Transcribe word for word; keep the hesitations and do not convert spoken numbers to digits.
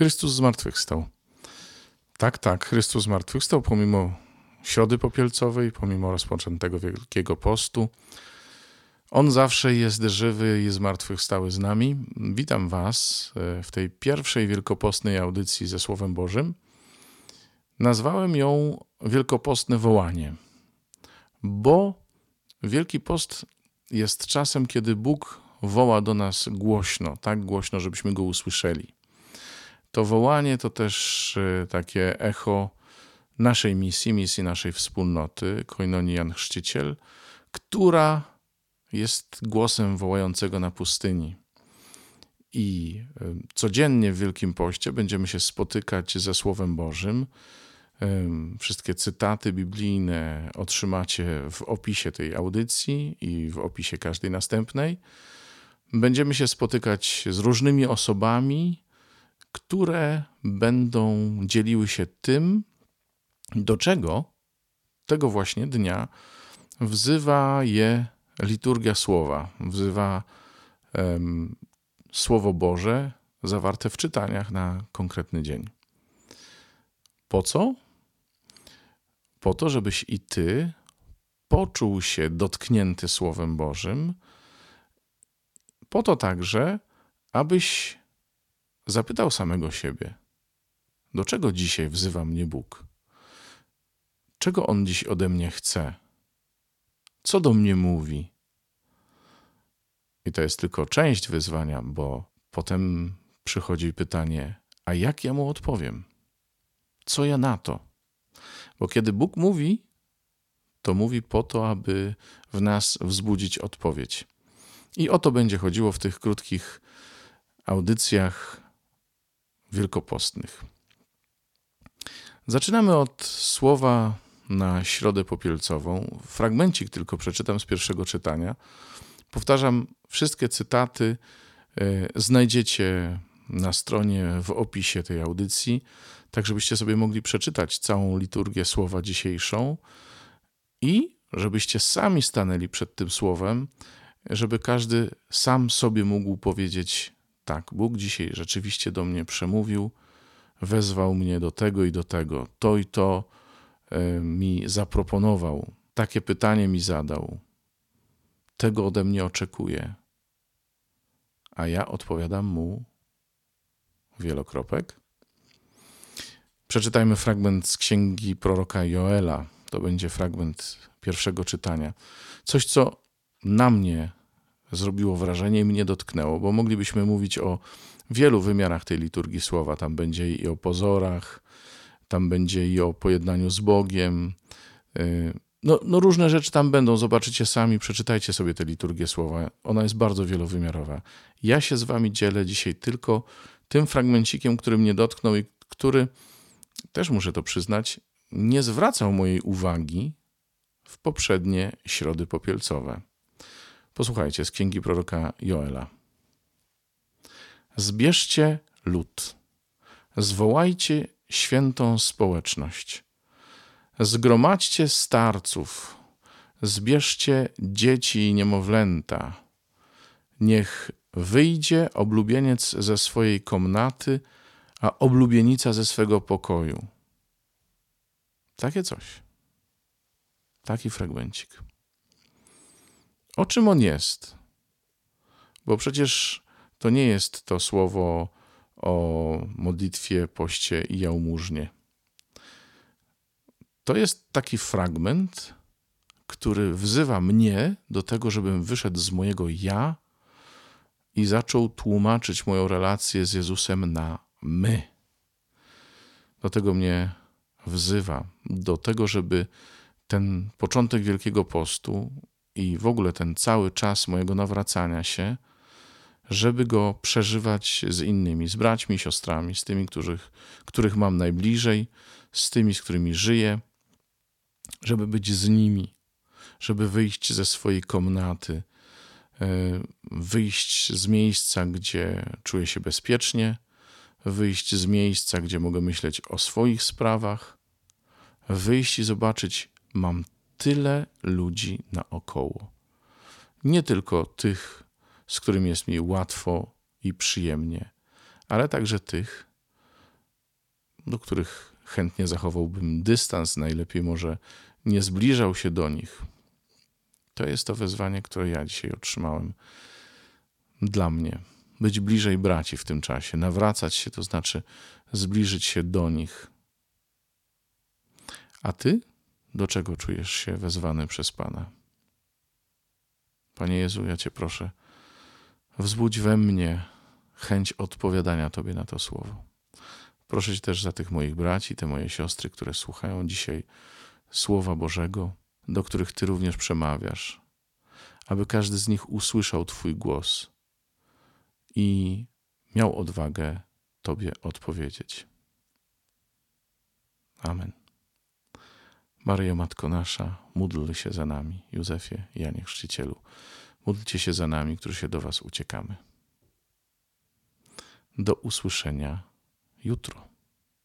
Chrystus zmartwychwstał. Tak, tak, Chrystus zmartwychwstał pomimo Środy Popielcowej, pomimo rozpoczętego Wielkiego Postu. On zawsze jest żywy i zmartwychwstały z nami. Witam Was w tej pierwszej wielkopostnej audycji ze Słowem Bożym. Nazwałem ją Wielkopostne Wołanie, bo Wielki Post jest czasem, kiedy Bóg woła do nas głośno, tak głośno, żebyśmy Go usłyszeli. To wołanie to też takie echo naszej misji, misji naszej wspólnoty, Koinonii Jan Chrzciciel, która jest głosem wołającego na pustyni. I codziennie w Wielkim Poście będziemy się spotykać ze Słowem Bożym. Wszystkie cytaty biblijne otrzymacie w opisie tej audycji i w opisie każdej następnej. Będziemy się spotykać z różnymi osobami, które będą dzieliły się tym, do czego tego właśnie dnia wzywa je liturgia słowa, wzywa um, Słowo Boże zawarte w czytaniach na konkretny dzień. Po co? Po to, żebyś i ty poczuł się dotknięty Słowem Bożym, po to także, abyś zapytał samego siebie, do czego dzisiaj wzywa mnie Bóg? Czego On dziś ode mnie chce? Co do mnie mówi? I to jest tylko część wyzwania, bo potem przychodzi pytanie, a jak ja Mu odpowiem? Co ja na to? Bo kiedy Bóg mówi, to mówi po to, aby w nas wzbudzić odpowiedź. I o to będzie chodziło w tych krótkich audycjach wielkopostnych. Zaczynamy od słowa na Środę Popielcową. Fragmencik tylko przeczytam z pierwszego czytania. Powtarzam, wszystkie cytaty znajdziecie na stronie w opisie tej audycji, tak żebyście sobie mogli przeczytać całą liturgię słowa dzisiejszą i żebyście sami stanęli przed tym słowem, żeby każdy sam sobie mógł powiedzieć: tak, Bóg dzisiaj rzeczywiście do mnie przemówił, wezwał mnie do tego i do tego, to i to mi zaproponował, takie pytanie mi zadał, tego ode mnie oczekuje, a ja odpowiadam Mu wielokropek. Przeczytajmy fragment z księgi proroka Joela, to będzie fragment pierwszego czytania. Coś, co na mnie zrobiło wrażenie i mnie dotknęło, bo moglibyśmy mówić o wielu wymiarach tej liturgii słowa. Tam będzie i o pozorach, tam będzie i o pojednaniu z Bogiem. No, no różne rzeczy tam będą, zobaczycie sami, przeczytajcie sobie tę liturgię słowa. Ona jest bardzo wielowymiarowa. Ja się z wami dzielę dzisiaj tylko tym fragmencikiem, który mnie dotknął i który, też muszę to przyznać, nie zwracał mojej uwagi w poprzednie Środy Popielcowe. Posłuchajcie z księgi proroka Joela. Zbierzcie lud, zwołajcie świętą społeczność, zgromadźcie starców, zbierzcie dzieci i niemowlęta. Niech wyjdzie oblubieniec ze swojej komnaty, a oblubienica ze swego pokoju. Takie coś. Taki fragmencik. O czym on jest? Bo przecież to nie jest to słowo o modlitwie, poście i jałmużnie. To jest taki fragment, który wzywa mnie do tego, żebym wyszedł z mojego ja i zaczął tłumaczyć moją relację z Jezusem na my. Do tego mnie wzywa, do tego, żeby ten początek Wielkiego Postu i w ogóle ten cały czas mojego nawracania się, żeby go przeżywać z innymi, z braćmi, siostrami, z tymi, których, których mam najbliżej, z tymi, z którymi żyję, żeby być z nimi, żeby wyjść ze swojej komnaty, wyjść z miejsca, gdzie czuję się bezpiecznie, wyjść z miejsca, gdzie mogę myśleć o swoich sprawach, wyjść i zobaczyć, mam tyle ludzi naokoło. Nie tylko tych, z którymi jest mi łatwo i przyjemnie, ale także tych, do których chętnie zachowałbym dystans, najlepiej może nie zbliżał się do nich. To jest to wezwanie, które ja dzisiaj otrzymałem dla mnie. Być bliżej braci w tym czasie, nawracać się, to znaczy zbliżyć się do nich. A ty? Do czego czujesz się wezwany przez Pana? Panie Jezu, ja Cię proszę, wzbudź we mnie chęć odpowiadania Tobie na to słowo. Proszę Cię też za tych moich braci, te moje siostry, które słuchają dzisiaj Słowa Bożego, do których Ty również przemawiasz, aby każdy z nich usłyszał Twój głos i miał odwagę Tobie odpowiedzieć. Amen. Maryjo, Matko nasza, módl się za nami. Józefie, Janie Chrzcicielu, módlcie się za nami, którzy się do Was uciekamy. Do usłyszenia jutro.